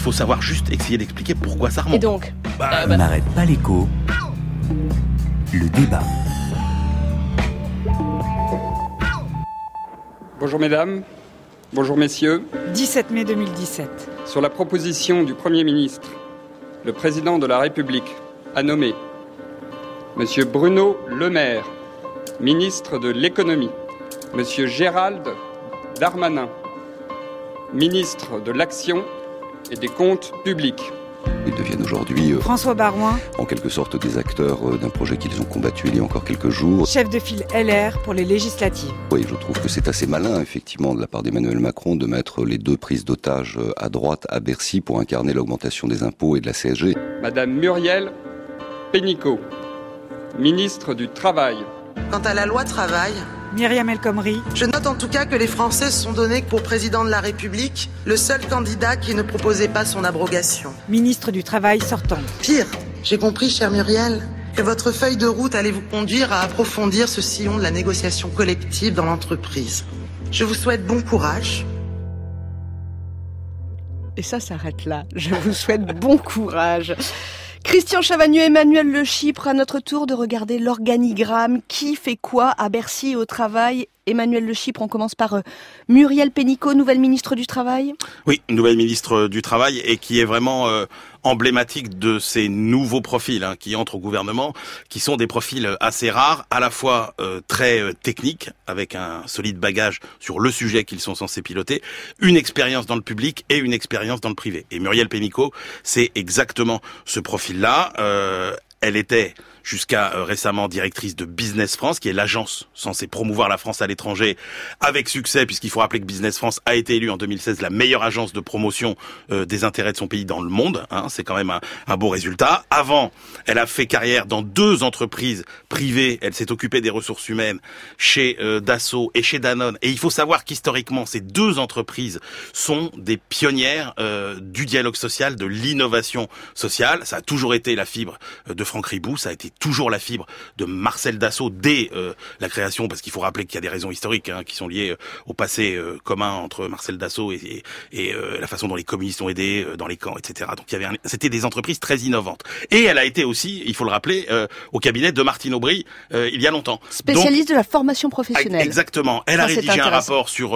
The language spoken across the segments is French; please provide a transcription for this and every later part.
faut savoir juste essayer d'expliquer pourquoi ça remonte. Et donc On n'arrête pas l'écho. Le débat. Bonjour mesdames, bonjour messieurs. 17 mai 2017. Sur la proposition du Premier ministre, le Président de la République a nommé Monsieur Bruno Le Maire, ministre de l'Économie, Monsieur Gérald Darmanin, ministre de l'Action et des Comptes publics. Ils deviennent aujourd'hui, François Baroin, en quelque sorte, des acteurs d'un projet qu'ils ont combattu il y a encore quelques jours. chef de file LR pour les législatives. Oui, je trouve que c'est assez malin, effectivement, de la part d'Emmanuel Macron de mettre les deux prises d'otages à droite, à Bercy, pour incarner l'augmentation des impôts et de la CSG. Madame Muriel Pénicaud, ministre du Travail. Quant à la loi travail, Myriam El Khomri, je note en tout cas que les Français se sont donnés pour président de la République le seul candidat qui ne proposait pas son abrogation. ministre du Travail sortant. Pire, j'ai compris, chère Muriel, que votre feuille de route allait vous conduire à approfondir ce sillon de la négociation collective dans l'entreprise. Je vous souhaite bon courage. Et ça s'arrête là. Je vous souhaite bon courage. Christian Chavagneux, Emmanuel Le Chypre, à notre tour de regarder l'organigramme. Qui fait quoi à Bercy et au travail ? Emmanuel Le Chypre, on commence par Muriel Pénicaud, nouvelle ministre du Travail. Oui, nouvelle ministre du Travail et qui est vraiment emblématique de ces nouveaux profils qui entrent au gouvernement, qui sont des profils assez rares, à la fois très techniques, avec un solide bagage sur le sujet qu'ils sont censés piloter, une expérience dans le public et une expérience dans le privé. Et Muriel Pénicaud, c'est exactement ce profil-là. Elle était jusqu'à récemment directrice de Business France, qui est l'agence censée promouvoir la France à l'étranger avec succès, puisqu'il faut rappeler que Business France a été élue en 2016 la meilleure agence de promotion des intérêts de son pays dans le monde. C'est quand même un beau résultat. Avant, elle a fait carrière dans 2 entreprises privées. Elle s'est occupée des ressources humaines chez Dassault et chez Danone. Et il faut savoir qu'historiquement, ces 2 entreprises sont des pionnières du dialogue social, de l'innovation sociale. Ça a toujours été la fibre de Franck Ribou, ça a été toujours la fibre de Marcel Dassault dès la création, parce qu'il faut rappeler qu'il y a des raisons historiques qui sont liées au passé commun entre Marcel Dassault et la façon dont les communistes ont aidé dans les camps, etc. Donc c'était des entreprises très innovantes. Et elle a été aussi, il faut le rappeler, au cabinet de Martine Aubry il y a longtemps. Spécialiste de la formation professionnelle. Exactement. Elle a rédigé un rapport sur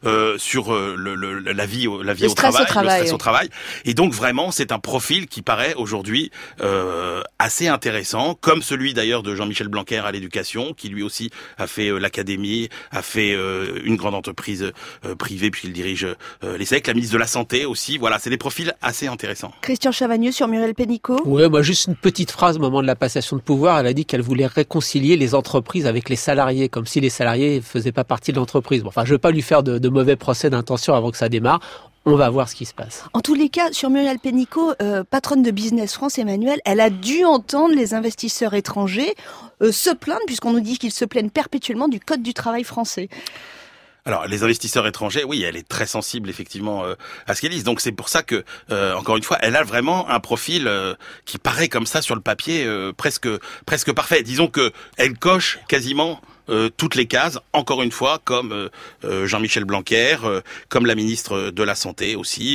la vie au travail, le stress au travail. Et donc vraiment, c'est un profil qui paraît aujourd'hui assez intéressant, comme celui d'ailleurs de Jean-Michel Blanquer à l'éducation, qui lui aussi a fait l'académie, a fait une grande entreprise privée puisqu'il dirige l'ESSEC, la ministre de la Santé aussi. Voilà, c'est des profils assez intéressants. Christian Chavagneux sur Muriel Pénicaud. Ouais, moi juste une petite phrase au moment de la passation de pouvoir. Elle a dit qu'elle voulait réconcilier les entreprises avec les salariés, comme si les salariés ne faisaient pas partie de l'entreprise. Bon, enfin, je veux pas lui faire de mauvais procès d'intention avant que ça démarre. On va voir ce qui se passe. En tous les cas, sur Muriel Pénicaud, patronne de Business France, Emmanuel, elle a dû entendre les investisseurs étrangers se plaindre, puisqu'on nous dit qu'ils se plaignent perpétuellement du code du travail français. Alors, les investisseurs étrangers, oui, elle est très sensible effectivement à ce qu'elle disent. Donc c'est pour ça que, encore une fois, elle a vraiment un profil qui paraît comme ça sur le papier presque parfait. Disons que elle coche quasiment toutes les cases, encore une fois, comme Jean-Michel Blanquer, comme la ministre de la Santé aussi,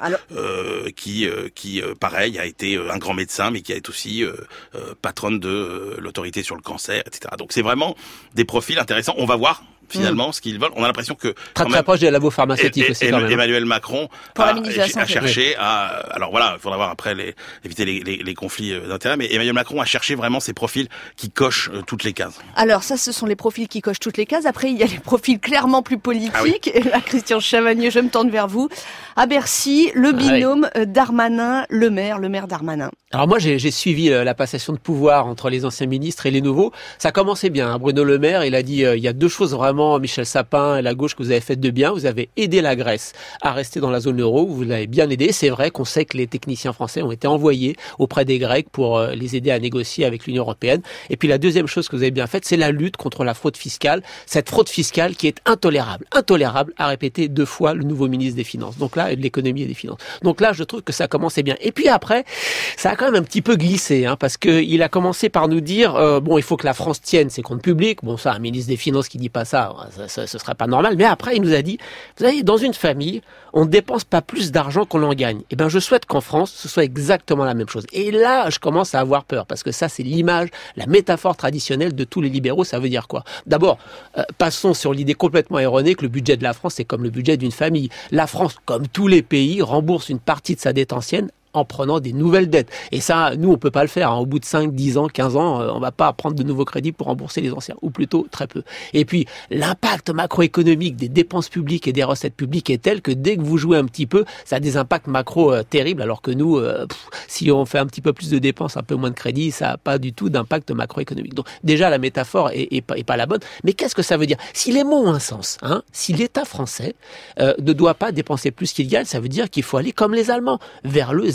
qui pareil, a été un grand médecin, mais qui a été aussi patronne de l'autorité sur le cancer, etc. Donc c'est vraiment des profils intéressants. On va voir finalement ce qu'ils veulent. On a l'impression que très proche des labos pharmaceutiques aussi quand même. Emmanuel Macron a cherché à... Alors voilà, il faudra voir après éviter les conflits d'intérêts, mais Emmanuel Macron a cherché vraiment ces profils qui cochent toutes les cases. Alors ça, ce sont les profils qui cochent toutes les cases. Après, il y a les profils clairement plus politiques. Et là, Christian Chavagneux, je me tourne vers vous. À Bercy, le binôme Darmanin-Le Maire Darmanin. Alors moi, j'ai suivi la passation de pouvoir entre les anciens ministres et les nouveaux. Ça commençait bien. Bruno Le Maire, il a dit il y a 2 choses vraiment, Michel Sapin et la gauche, que vous avez fait de bien. Vous avez aidé la Grèce à rester dans la zone euro. Vous l'avez bien aidé. C'est vrai qu'on sait que les techniciens français ont été envoyés auprès des Grecs pour les aider à négocier avec l'Union européenne. Et puis la deuxième chose que vous avez bien faite, c'est la lutte contre la fraude fiscale. Cette fraude fiscale qui est intolérable, a répété 2 fois le nouveau ministre des Finances. Donc là, de l'économie et des finances. Donc là, je trouve que ça commençait bien. Et puis après, ça a quand quand même un petit peu glissé, parce que il a commencé par nous dire il faut que la France tienne ses comptes publics. Bon, ça, un ministre des Finances qui dit pas ça, ce serait pas normal. Mais après, il nous a dit, vous savez, dans une famille, on ne dépense pas plus d'argent qu'on en gagne. Eh ben, je souhaite qu'en France, ce soit exactement la même chose. Et là, je commence à avoir peur, parce que ça, c'est l'image, la métaphore traditionnelle de tous les libéraux. Ça veut dire quoi? D'abord, passons sur l'idée complètement erronée que le budget de la France, c'est comme le budget d'une famille. La France, comme tous les pays, rembourse une partie de sa dette ancienne en prenant des nouvelles dettes. Et ça, nous, on peut pas le faire. Au bout de 5, 10 ans, 15 ans, on va pas prendre de nouveaux crédits pour rembourser les anciens. Ou plutôt, très peu. Et puis, l'impact macroéconomique des dépenses publiques et des recettes publiques est tel que dès que vous jouez un petit peu, ça a des impacts macro terribles, alors que nous, si on fait un petit peu plus de dépenses, un peu moins de crédits, ça n'a pas du tout d'impact macroéconomique. Donc, déjà, la métaphore est pas la bonne. Mais qu'est-ce que ça veut dire? Si les mots ont un sens, si l'État français ne doit pas dépenser plus qu'il gagne, ça veut dire qu'il faut aller comme les Allemands, vers le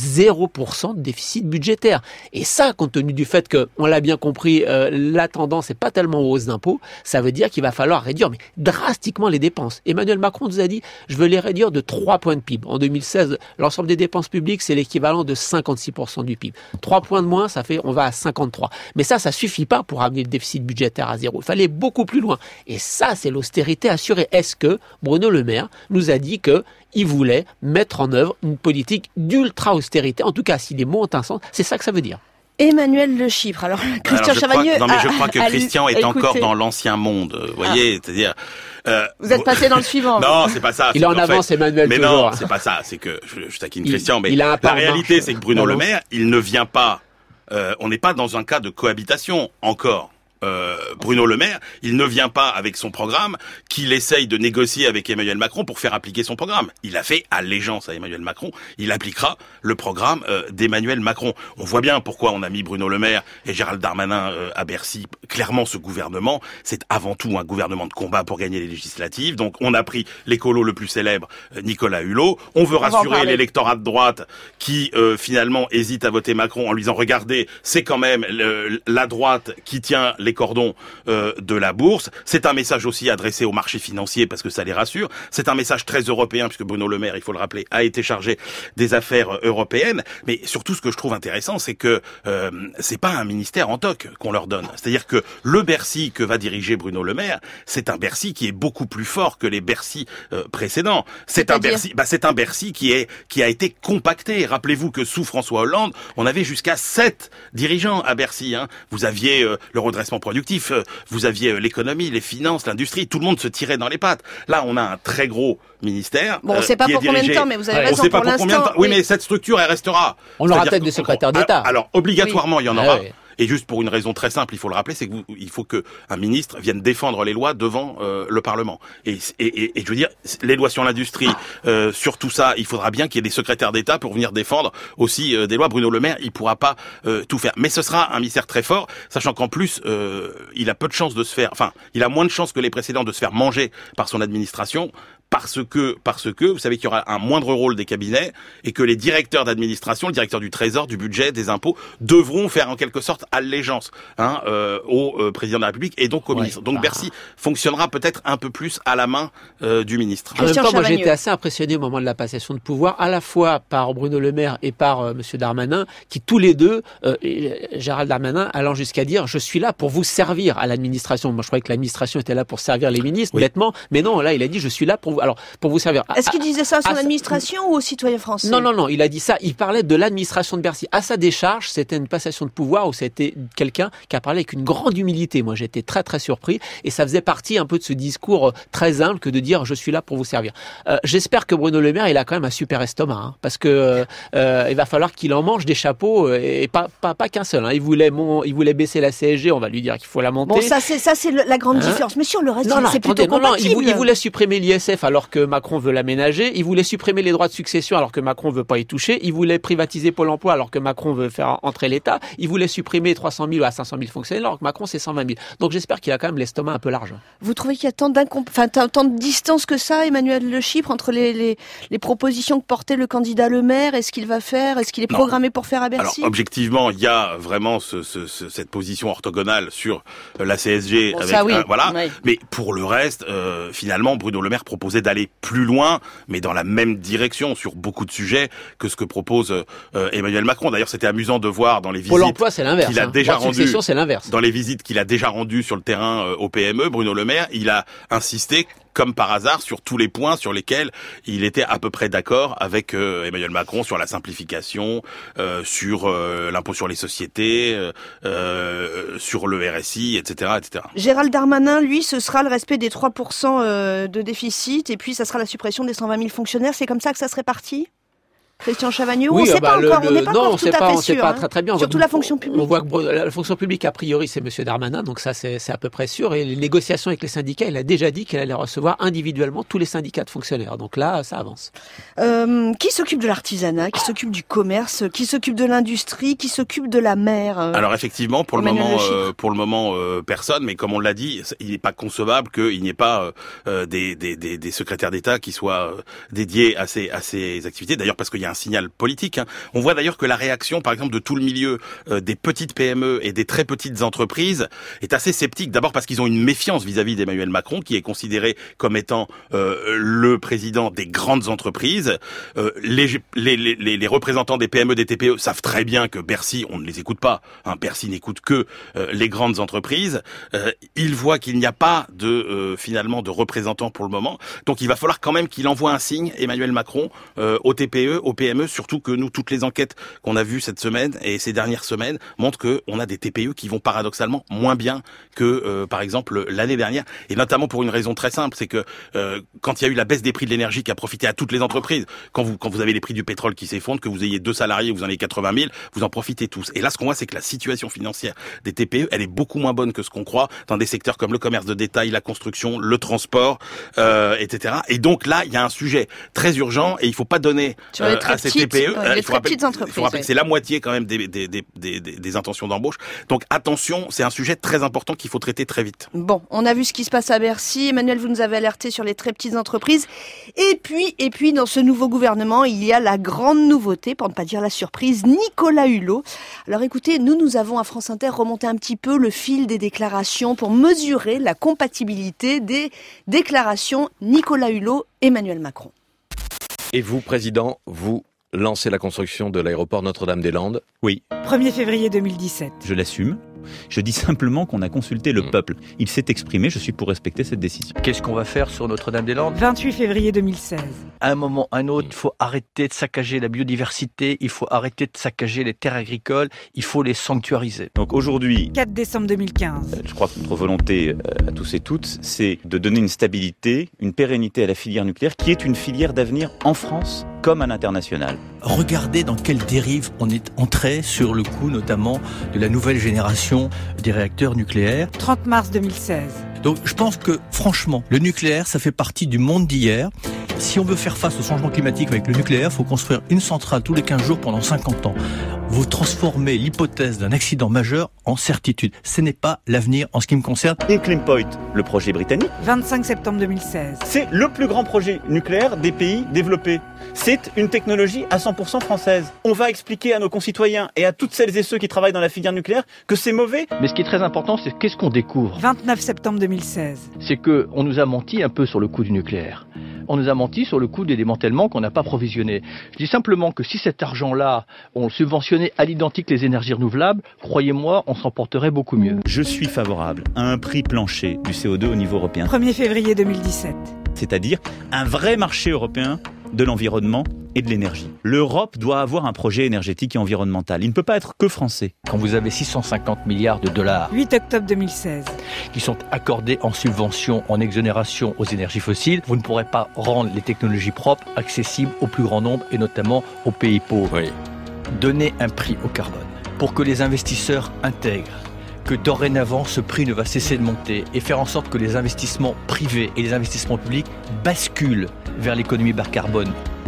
0% de déficit budgétaire. Et ça, compte tenu du fait que, on l'a bien compris, la tendance n'est pas tellement aux hausses d'impôts, ça veut dire qu'il va falloir réduire mais drastiquement les dépenses. Emmanuel Macron nous a dit, je veux les réduire de 3 points de PIB. En 2016, l'ensemble des dépenses publiques, c'est l'équivalent de 56% du PIB. 3 points de moins, ça fait, on va à 53. Mais ça suffit pas pour amener le déficit budgétaire à zéro. Il fallait beaucoup plus loin. Et ça, c'est l'austérité assurée. Est-ce que Bruno Le Maire nous a dit que il voulait mettre en œuvre une politique d'ultra-austérité? En tout cas, si les mots ont un sens, c'est ça que ça veut dire. Emmanuel Le Chypre. Alors, Christian Chavagneux... je crois que Christian est encore dans l'ancien monde. Vous voyez, c'est-à-dire... vous êtes passé dans le suivant. Non, c'est pas ça. Il est en avance, Emmanuel. Mais toujours. Non, c'est pas ça. C'est que, je taquine Christian, mais la réalité, c'est que Bruno Le Maire, il ne vient pas... on n'est pas dans un cas de cohabitation, encore. Bruno Le Maire, il ne vient pas avec son programme qu'il essaye de négocier avec Emmanuel Macron pour faire appliquer son programme. Il a fait allégeance à Emmanuel Macron. Il appliquera le programme d'Emmanuel Macron. On voit bien pourquoi on a mis Bruno Le Maire et Gérald Darmanin à Bercy. Clairement, ce gouvernement, c'est avant tout un gouvernement de combat pour gagner les législatives. Donc, on a pris l'écolo le plus célèbre, Nicolas Hulot. On veut rassurer l'électorat de droite qui, finalement, hésite à voter Macron en lui disant, regardez, c'est quand même la droite qui tient les cordons de la bourse. C'est un message aussi adressé aux marchés financiers parce que ça les rassure. C'est un message très européen puisque Bruno Le Maire, il faut le rappeler, a été chargé des affaires européennes. Mais surtout, ce que je trouve intéressant, c'est que c'est pas un ministère en toc qu'on leur donne. C'est-à-dire que le Bercy que va diriger Bruno Le Maire, c'est un Bercy qui est beaucoup plus fort que les Bercy précédents. C'est un Bercy qui a été compacté. Rappelez-vous que sous François Hollande, on avait jusqu'à 7 dirigeants à Bercy. Vous aviez le redressement productif, vous aviez l'économie, les finances, l'industrie, tout le monde se tirait dans les pattes. Là, on a un très gros ministère. Bon, on ne sait pas pour combien de temps, mais vous avez raison. On ne sait pas pour combien de temps. Oui, mais cette structure, elle restera. On aura peut-être des secrétaires d'État. Alors, obligatoirement, il y en aura. Et juste pour une raison très simple, il faut le rappeler, c'est qu'il faut que un ministre vienne défendre les lois devant le Parlement. Et je veux dire, les lois sur l'industrie, sur tout ça, il faudra bien qu'il y ait des secrétaires d'État pour venir défendre aussi des lois. Bruno Le Maire, il pourra pas tout faire. Mais ce sera un ministère très fort, sachant qu'en plus, il a peu de chances de se faire, enfin, il a moins de chances que les précédents de se faire manger par son administration. Parce que, vous savez qu'il y aura un moindre rôle des cabinets et que les directeurs d'administration, le directeur du Trésor, du budget, des impôts, devront faire en quelque sorte allégeance au président de la République et donc au ministre. Donc Bercy fonctionnera peut-être un peu plus à la main du ministre. En même temps, moi j'étais assez impressionné au moment de la passation de pouvoir, à la fois par Bruno Le Maire et par Monsieur Darmanin, qui tous les deux, Gérald Darmanin allant jusqu'à dire « je suis là pour vous servir à l'administration ». Moi je croyais que l'administration était là pour servir les ministres, bêtement, mais non, là il a dit « je suis là pour vous ». Alors, pour vous servir. Est-ce qu'il disait ça à son administration ou aux citoyens français? Non, il a dit ça. Il parlait de l'administration de Bercy. À sa décharge, c'était une passation de pouvoir où c'était quelqu'un qui a parlé avec une grande humilité. Moi, j'étais très, très surpris. Et ça faisait partie un peu de ce discours très humble que de dire « je suis là pour vous servir ». J'espère que Bruno Le Maire, il a quand même un super estomac. Parce que il va falloir qu'il en mange des chapeaux et pas qu'un seul. Il voulait baisser la CSG, on va lui dire qu'il faut la monter. Bon, ça c'est la grande différence. Mais sur le reste, c'est plutôt compatible. Il voulait supprimer l'ISF alors que Macron veut l'aménager. Il voulait supprimer les droits de succession alors que Macron veut pas y toucher. Il voulait privatiser Pôle emploi alors que Macron veut faire entrer l'État. Il voulait supprimer 300 000 à 500 000 fonctionnaires alors que Macron c'est 120 000. Donc j'espère qu'il a quand même l'estomac un peu large. Vous trouvez qu'il y a tant de distance que ça, Emmanuel Le Chypre, entre les propositions que portait le candidat Le Maire et ce qu'il va faire, est-ce qu'il est programmé pour faire à Bercy? Alors objectivement, il y a vraiment cette position orthogonale sur la CSG. Bon, avec, voilà. Oui. Mais pour le reste, finalement, Bruno Le Maire proposait proposer d'aller plus loin, mais dans la même direction sur beaucoup de sujets que ce que propose Emmanuel Macron. D'ailleurs, c'était amusant de voir dans les visites Pôle emploi, c'est l'inverse. qu'il a déjà rendues. C'est l'inverse. Dans les visites qu'il a déjà rendues sur le terrain au PME, Bruno Le Maire, il a insisté comme par hasard sur tous les points sur lesquels il était à peu près d'accord avec Emmanuel Macron, sur la simplification, sur l'impôt sur les sociétés, sur le RSI, etc., etc. Gérald Darmanin, lui, ce sera le respect des 3% de déficit et puis ça sera la suppression des 120 000 fonctionnaires. C'est comme ça que ça se répartit ? Christian Chavagneux, on ne sait pas encore, on n'est pas encore tout à fait sûr. Très bien. Surtout la fonction publique. On voit que la fonction publique, a priori, c'est M. Darmanin, donc ça, c'est à peu près sûr. Et les négociations avec les syndicats, il a déjà dit qu'il allait recevoir individuellement tous les syndicats de fonctionnaires. Donc là, ça avance. Qui s'occupe de l'artisanat, qui s'occupe du commerce, qui s'occupe de l'industrie, qui s'occupe de la mer Alors effectivement, pour le moment, personne. Mais comme on l'a dit, il n'est pas concevable qu'il n'y ait pas des secrétaires d'État qui soient dédiés à ces activités. D'ailleurs, parce qu'il y a un signal politique. On voit d'ailleurs que la réaction, par exemple, de tout le milieu des petites PME et des très petites entreprises est assez sceptique. D'abord parce qu'ils ont une méfiance vis-à-vis d'Emmanuel Macron, qui est considéré comme étant le président des grandes entreprises. Les représentants des PME, des TPE savent très bien que Bercy, on ne les écoute pas. Bercy n'écoute que les grandes entreprises. Ils voient qu'il n'y a pas finalement de représentants pour le moment. Donc il va falloir quand même qu'il envoie un signe, Emmanuel Macron, aux TPE, aux PME, surtout que nous, toutes les enquêtes qu'on a vues cette semaine et ces dernières semaines montrent qu'on a des TPE qui vont paradoxalement moins bien que, par exemple, l'année dernière. Et notamment pour une raison très simple, c'est que quand il y a eu la baisse des prix de l'énergie qui a profité à toutes les entreprises, quand vous avez les prix du pétrole qui s'effondrent, que vous ayez 2 salariés, vous en avez 80 000, vous en profitez tous. Et là, ce qu'on voit, c'est que la situation financière des TPE, elle est beaucoup moins bonne que ce qu'on croit dans des secteurs comme le commerce de détail, la construction, le transport, etc. Et donc là, il y a un sujet très urgent et il faut pas donner à ces TPE. Les très petites entreprises. Il faut rappeler que c'est la moitié quand même des intentions d'embauche. Donc attention, c'est un sujet très important qu'il faut traiter très vite. Bon, on a vu ce qui se passe à Bercy. Emmanuel, vous nous avez alerté sur les très petites entreprises. Et puis, dans ce nouveau gouvernement, il y a la grande nouveauté, pour ne pas dire la surprise, Nicolas Hulot. Alors écoutez, nous avons à France Inter remonté un petit peu le fil des déclarations pour mesurer la compatibilité des déclarations Nicolas Hulot, Emmanuel Macron. Et vous, Président, vous lancez la construction de l'aéroport Notre-Dame-des-Landes ? Oui. 1er février 2017. Je l'assume. Je dis simplement qu'on a consulté le peuple. Il s'est exprimé, je suis pour respecter cette décision. Qu'est-ce qu'on va faire sur Notre-Dame-des-Landes ? 28 février 2016. À un moment, à un autre, il faut arrêter de saccager la biodiversité, il faut arrêter de saccager les terres agricoles, il faut les sanctuariser. Donc aujourd'hui, 4 décembre 2015. je crois que notre volonté à tous et toutes, c'est de donner une stabilité, une pérennité à la filière nucléaire, qui est une filière d'avenir en France comme à l'international. Regardez dans quelle dérive on est entré sur le coup notamment de la nouvelle génération des réacteurs nucléaires. 30 mars 2016. Donc je pense que franchement, le nucléaire, ça fait partie du monde d'hier. Si on veut faire face au changement climatique avec le nucléaire, il faut construire une centrale tous les 15 jours pendant 50 ans. Vous transformez l'hypothèse d'un accident majeur en certitude. Ce n'est pas l'avenir en ce qui me concerne. Hinkley Point, le projet britannique, 25 septembre 2016. c'est le plus grand projet nucléaire des pays développés. C'est une technologie à 100% française. On va expliquer à nos concitoyens et à toutes celles et ceux qui travaillent dans la filière nucléaire que c'est mauvais. Mais ce qui est très important, c'est qu'est-ce qu'on découvre ? 29 septembre 2016. C'est qu'on nous a menti un peu sur le coût du nucléaire. On nous a menti sur le coût des démantèlements qu'on n'a pas provisionnés. Je dis simplement que si cet argent-là, on le subventionnait à l'identique les énergies renouvelables, croyez-moi, on s'en porterait beaucoup mieux. Je suis favorable à un prix plancher du CO2 au niveau européen. 1er février 2017. C'est-à-dire un vrai marché européen de l'environnement et de l'énergie. L'Europe doit avoir un projet énergétique et environnemental. Il ne peut pas être que français. Quand vous avez 650 milliards de dollars 8 octobre 2016. qui sont accordés en subvention, en exonération aux énergies fossiles, vous ne pourrez pas rendre les technologies propres accessibles au plus grand nombre et notamment aux pays pauvres. Oui. Donner un prix au carbone pour que les investisseurs intègrent que dorénavant ce prix ne va cesser de monter et faire en sorte que les investissements privés et les investissements publics basculent vers l'économie bas carbone.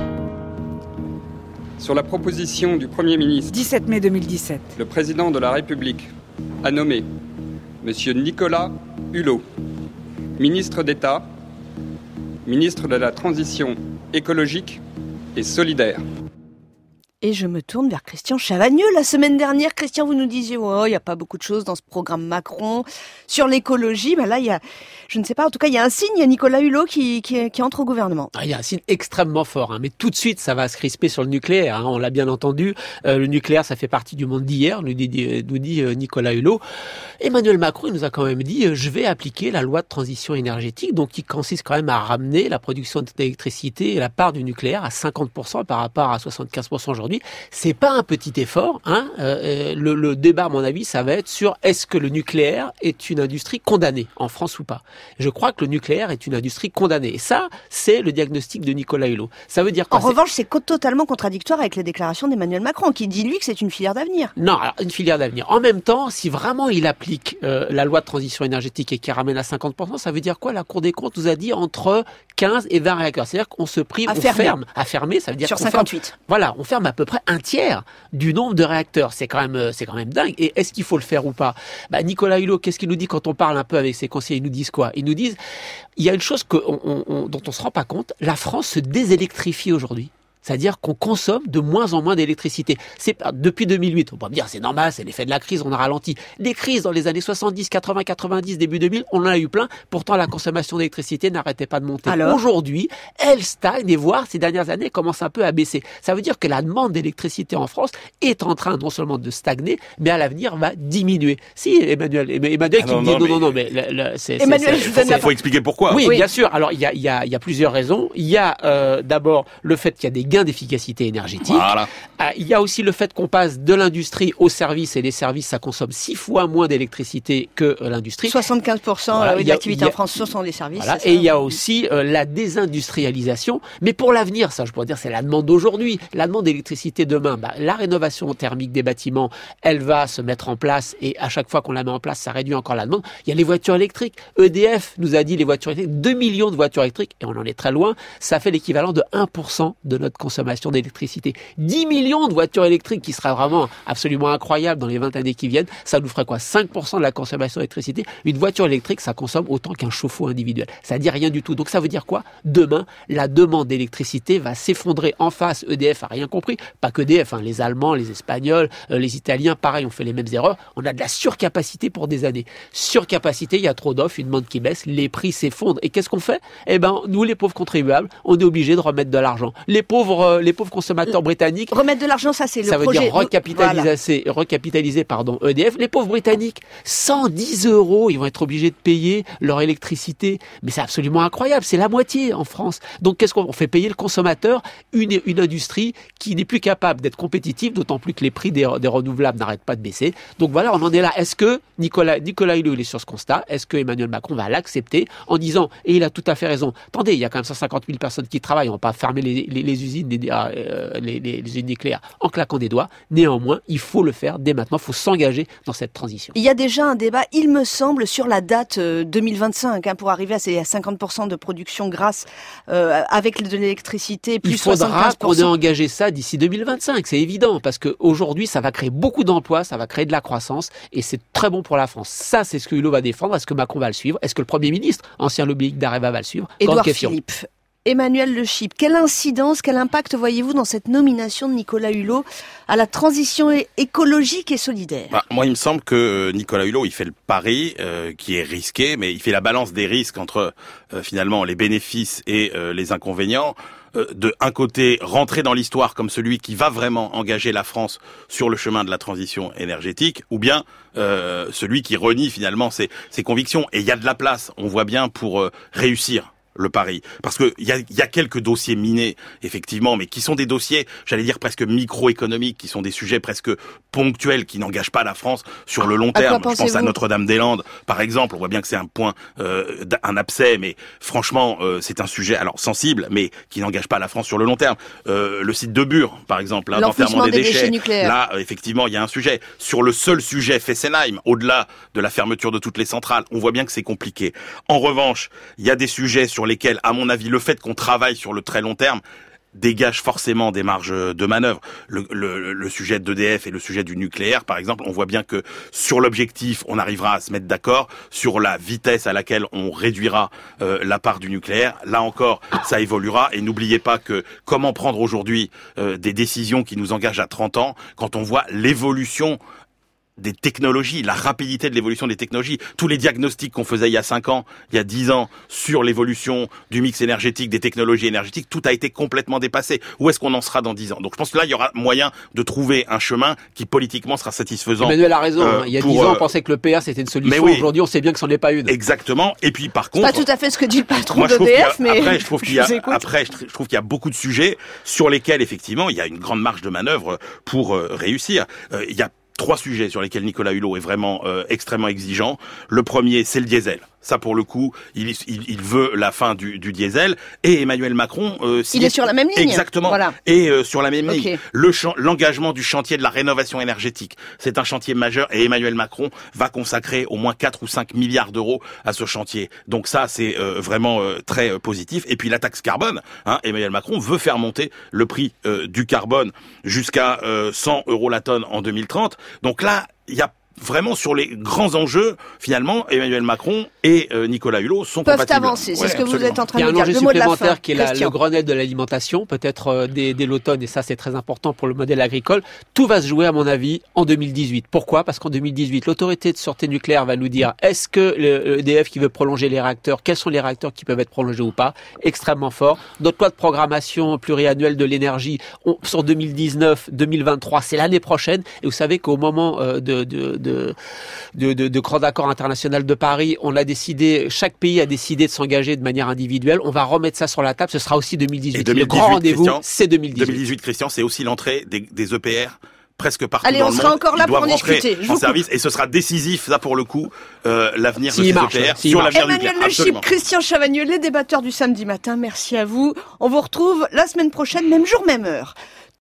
Sur la proposition du Premier ministre, 17 mai 2017. le Président de la République a nommé M. Nicolas Hulot, ministre d'État, ministre de la Transition écologique et solidaire. Et je me tourne vers Christian Chavagneux. La semaine dernière, Christian, vous nous disiez, il n'y a pas beaucoup de choses dans ce programme Macron. Sur l'écologie, là, il y a, je ne sais pas, en tout cas, il y a un signe, il y a Nicolas Hulot qui entre au gouvernement. Il y a un signe extrêmement fort, mais tout de suite, ça va se crisper sur le nucléaire. On l'a bien entendu. Le nucléaire, ça fait partie du monde d'hier, nous dit Nicolas Hulot. Emmanuel Macron, il nous a quand même dit, je vais appliquer la loi de transition énergétique, donc qui consiste quand même à ramener la production d'électricité et la part du nucléaire à 50% par rapport à 75% aujourd'hui. C'est pas un petit effort. Le débat, à mon avis, ça va être sur est-ce que le nucléaire est une industrie condamnée en France ou pas. Je crois que le nucléaire est une industrie condamnée. Et ça, c'est le diagnostic de Nicolas Hulot. Ça veut dire quoi? En revanche, c'est totalement contradictoire avec les déclarations d'Emmanuel Macron, qui dit lui que c'est une filière d'avenir. Non, alors une filière d'avenir. En même temps, si vraiment il applique la loi de transition énergétique et qu'il ramène à 50%, ça veut dire quoi? La Cour des comptes nous a dit entre 15 et 20 réacteurs. C'est-à-dire qu'on se prive, à fermer, ça veut dire sur qu'on 58. On ferme à peu près un tiers du nombre de réacteurs. C'est quand même dingue. Et est-ce qu'il faut le faire ou pas? Nicolas Hulot, qu'est-ce qu'il nous dit quand on parle un peu avec ses conseillers? Ils nous disent quoi? Ils nous disent, il y a une chose dont on se rend pas compte. La France se désélectrifie aujourd'hui. C'est-à-dire qu'on consomme de moins en moins d'électricité. C'est depuis 2008. On peut me dire, c'est normal, c'est l'effet de la crise, on a ralenti. Des crises dans les années 70, 80, 90, début 2000, on en a eu plein. Pourtant, la consommation d'électricité n'arrêtait pas de monter. Alors, aujourd'hui, elle stagne et voire ces dernières années commence un peu à baisser. Ça veut dire que la demande d'électricité en France est en train non seulement de stagner, mais à l'avenir va diminuer. Si, Emmanuel qui me dit non, mais Emmanuel, il faut expliquer pourquoi. Oui, bien sûr. Alors, il y a plusieurs raisons. Il y a d'abord le fait qu'il y a des gains d'efficacité énergétique. Voilà. Il y a aussi le fait qu'on passe de l'industrie au service, et les services, ça consomme 6 fois moins d'électricité que l'industrie. 75% de l'activité en France, ce sont des services. Voilà. Et il y a aussi la désindustrialisation. Mais pour l'avenir, ça, je pourrais dire, c'est la demande d'aujourd'hui. La demande d'électricité demain, la rénovation thermique des bâtiments, elle va se mettre en place, et à chaque fois qu'on la met en place, ça réduit encore la demande. Il y a les voitures électriques. EDF nous a dit les voitures électriques, 2 millions de voitures électriques, et on en est très loin. Ça fait l'équivalent de 1% de notre consommation d'électricité. 10 millions de voitures électriques qui sera vraiment absolument incroyable dans les 20 années qui viennent. Ça nous ferait quoi? 5% de la consommation d'électricité. Une voiture électrique, ça consomme autant qu'un chauffe-eau individuel. Ça dit rien du tout. Donc ça veut dire quoi? Demain, la demande d'électricité va s'effondrer en face. EDF a rien compris. Pas que EDF, les Allemands, les Espagnols, les Italiens, pareil, on fait les mêmes erreurs. On a de la surcapacité pour des années. Surcapacité, il y a trop d'offres, une demande qui baisse, les prix s'effondrent. Et qu'est-ce qu'on fait? Nous, les pauvres contribuables, on est obligés de remettre de l'argent. Les pauvres consommateurs britanniques. Remettre de l'argent, ça c'est le projet. Ça veut dire recapitaliser EDF. Les pauvres britanniques, 110 €, ils vont être obligés de payer leur électricité. Mais c'est absolument incroyable. C'est la moitié en France. Donc qu'est-ce qu'on fait? Payer le consommateur une industrie qui n'est plus capable d'être compétitive, d'autant plus que les prix des renouvelables n'arrêtent pas de baisser. Donc voilà, on en est là. Est-ce que Nicolas Hulot, il est sur ce constat? Est-ce que Emmanuel Macron va l'accepter en disant, et il a tout à fait raison, attendez, il y a quand même 150 000 personnes qui travaillent, on va pas fermer les usines, les usines nucléaires en claquant des doigts. Néanmoins, il faut le faire dès maintenant, il faut s'engager dans cette transition. Il y a déjà un débat, il me semble, sur la date 2025, pour arriver à ces 50% de production grâce avec de l'électricité, plus 75%. Il faudra qu'on ait engagé ça d'ici 2025, c'est évident, parce qu'aujourd'hui, ça va créer beaucoup d'emplois, ça va créer de la croissance, et c'est très bon pour la France. Ça, c'est ce que Hulot va défendre. Est-ce que Macron va le suivre? Est-ce que le Premier ministre, ancien lobbyiste d'Areva, va le suivre? Édouard Philippe. Emmanuel Le Chypre, quelle incidence, quel impact voyez-vous dans cette nomination de Nicolas Hulot à la transition écologique et solidaire? Moi, il me semble que Nicolas Hulot, il fait le pari qui est risqué, mais il fait la balance des risques entre finalement les bénéfices et les inconvénients. De un côté, rentrer dans l'histoire comme celui qui va vraiment engager la France sur le chemin de la transition énergétique, ou bien celui qui renie finalement ses convictions. Et il y a de la place, on voit bien, pour réussir le pari. Parce que il y a quelques dossiers minés, effectivement, mais qui sont des dossiers, j'allais dire presque microéconomiques, qui sont des sujets presque ponctuels, qui n'engagent pas la France sur le long terme. Je pense à Notre-Dame-des-Landes, par exemple. On voit bien que c'est un point, un abcès, mais franchement, c'est un sujet, alors sensible, mais qui n'engage pas la France sur le long terme. Le site de Bure, par exemple, d'enterrement des déchets nucléaires. Là, effectivement, il y a un sujet. Sur le seul sujet Fessenheim, au-delà de la fermeture de toutes les centrales, on voit bien que c'est compliqué. En revanche, il y a des sujets sur lesquels, à mon avis, le fait qu'on travaille sur le très long terme dégage forcément des marges de manœuvre. Le sujet d'EDF et le sujet du nucléaire, par exemple, on voit bien que sur l'objectif, on arrivera à se mettre d'accord sur la vitesse à laquelle on réduira la part du nucléaire. Là encore, ça évoluera. Et n'oubliez pas que comment prendre aujourd'hui des décisions qui nous engagent à 30 ans quand on voit l'évolution des technologies, la rapidité de l'évolution des technologies. Tous les diagnostics qu'on faisait il y a 5 ans, il y a 10 ans, sur l'évolution du mix énergétique, des technologies énergétiques, tout a été complètement dépassé. Où est-ce qu'on en sera dans 10 ans? Donc je pense que là, il y aura moyen de trouver un chemin qui politiquement sera satisfaisant. Emmanuel a raison. Il y a 10 ans, on pensait que le PR c'était une solution. Oui. Aujourd'hui, on sait bien que c'en est pas une. Exactement. Et puis par contre... C'est pas tout à fait ce que dit le patron d'EDF, mais... Après, je trouve qu'il y a beaucoup de sujets sur lesquels, effectivement, il y a une grande marge de manœuvre pour réussir. Il y a 3 sujets sur lesquels Nicolas Hulot est vraiment extrêmement exigeant. Le premier, c'est le diesel. Ça, pour le coup, il veut la fin du diesel. Et Emmanuel Macron... il est sur la même ligne. Exactement. Voilà. Et sur la même ligne. L'engagement du chantier de la rénovation énergétique. C'est un chantier majeur et Emmanuel Macron va consacrer au moins 4 ou 5 milliards d'euros à ce chantier. Donc ça, c'est vraiment très positif. Et puis la taxe carbone. Emmanuel Macron veut faire monter le prix du carbone jusqu'à 100 € la tonne en 2030. Donc là, il y a vraiment sur les grands enjeux, finalement, Emmanuel Macron et Nicolas Hulot sont compatibles. Peuvent avancer, c'est ce que vous êtes en train de dire. Il y a un enjeu supplémentaire qui est Christian. le Grenelle de l'alimentation, peut-être dès l'automne, et ça c'est très important pour le modèle agricole. Tout va se jouer, à mon avis, en 2018. Pourquoi? Parce qu'en 2018, l'autorité de sûreté nucléaire va nous dire est-ce que l'EDF qui veut prolonger les réacteurs, quels sont les réacteurs qui peuvent être prolongés ou pas? Extrêmement fort. Notre loi de programmation pluriannuelle de l'énergie, sur 2019-2023, c'est l'année prochaine. Et vous savez qu'au moment de grand accord international de Paris, chaque pays a décidé de s'engager de manière individuelle. On va remettre ça sur la table. Ce sera aussi 2018. Et 2018, le grand rendez-vous, c'est 2018. 2018, Christian, c'est aussi l'entrée des EPR presque partout dans le monde. Allez, on sera encore là pour en discuter. En service, et ce sera décisif, ça pour le coup, l'avenir de ces EPR sur l'avenir nucléaire. Emmanuel Le Chypre, Christian Chavagneux, les débatteurs du samedi matin, merci à vous. On vous retrouve la semaine prochaine, même jour, même heure.